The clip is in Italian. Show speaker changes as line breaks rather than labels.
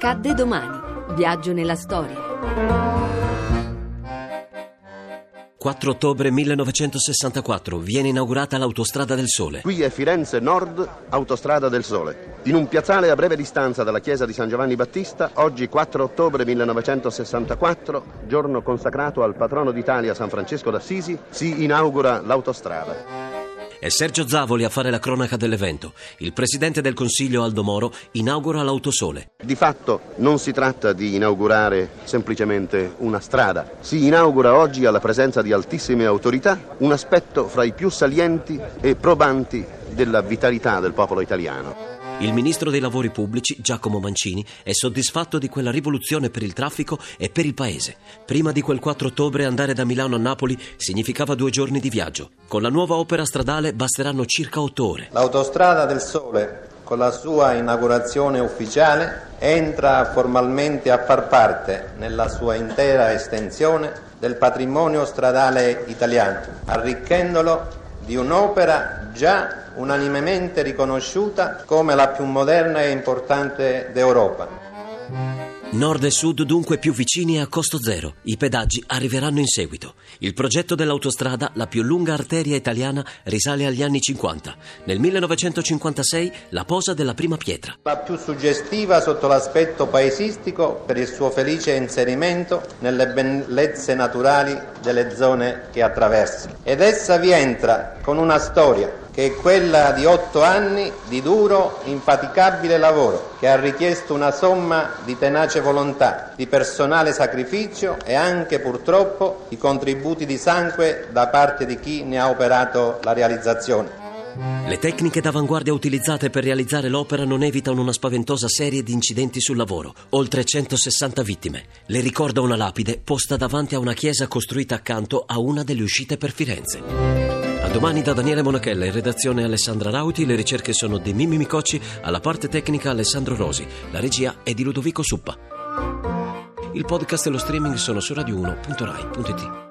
Accadde domani. Viaggio nella storia.
4 ottobre 1964 viene inaugurata l'Autostrada del Sole.
Qui è Firenze Nord, Autostrada del Sole. In un piazzale a breve distanza dalla chiesa di San Giovanni Battista, oggi 4 ottobre 1964, giorno consacrato al patrono d'Italia San Francesco d'Assisi, si inaugura l'autostrada.
È Sergio Zavoli a fare la cronaca dell'evento. Il presidente del Consiglio Aldo Moro inaugura l'Autosole.
Di fatto non si tratta di inaugurare semplicemente una strada. Si inaugura oggi, alla presenza di altissime autorità, un aspetto fra i più salienti e probanti della vitalità del popolo italiano.
Il ministro dei lavori pubblici, Giacomo Mancini, è soddisfatto di quella rivoluzione per il traffico e per il paese. Prima di quel 4 ottobre andare da Milano a Napoli significava 2 giorni di viaggio. Con la nuova opera stradale basteranno circa 8 ore.
L'Autostrada del Sole, con la sua inaugurazione ufficiale, entra formalmente a far parte, nella sua intera estensione, del patrimonio stradale italiano, arricchendolo di un'opera già unanimemente riconosciuta come la più moderna e importante d'Europa.
Nord e sud dunque più vicini e a costo zero. I pedaggi arriveranno in seguito. Il progetto dell'autostrada, la più lunga arteria italiana, risale agli anni 50. Nel 1956 la posa della prima pietra.
La più suggestiva sotto l'aspetto paesistico per il suo felice inserimento nelle bellezze naturali delle zone che attraversa. Ed essa vi entra con una storia che è quella di 8 anni di duro, infaticabile lavoro, che ha richiesto una somma di tenace volontà, di personale sacrificio e anche purtroppo di contributi di sangue da parte di chi ne ha operato la realizzazione.
Le tecniche d'avanguardia utilizzate per realizzare l'opera non evitano una spaventosa serie di incidenti sul lavoro. Oltre 160 vittime. Le ricorda una lapide posta davanti a una chiesa costruita accanto a una delle uscite per Firenze. A domani da Daniele Monachella, in redazione Alessandra Rauti, le ricerche sono di Mimmi Micocci, alla parte tecnica Alessandro Rosi, la regia è di Ludovico Suppa. Il podcast e lo streaming sono su radio1.rai.it.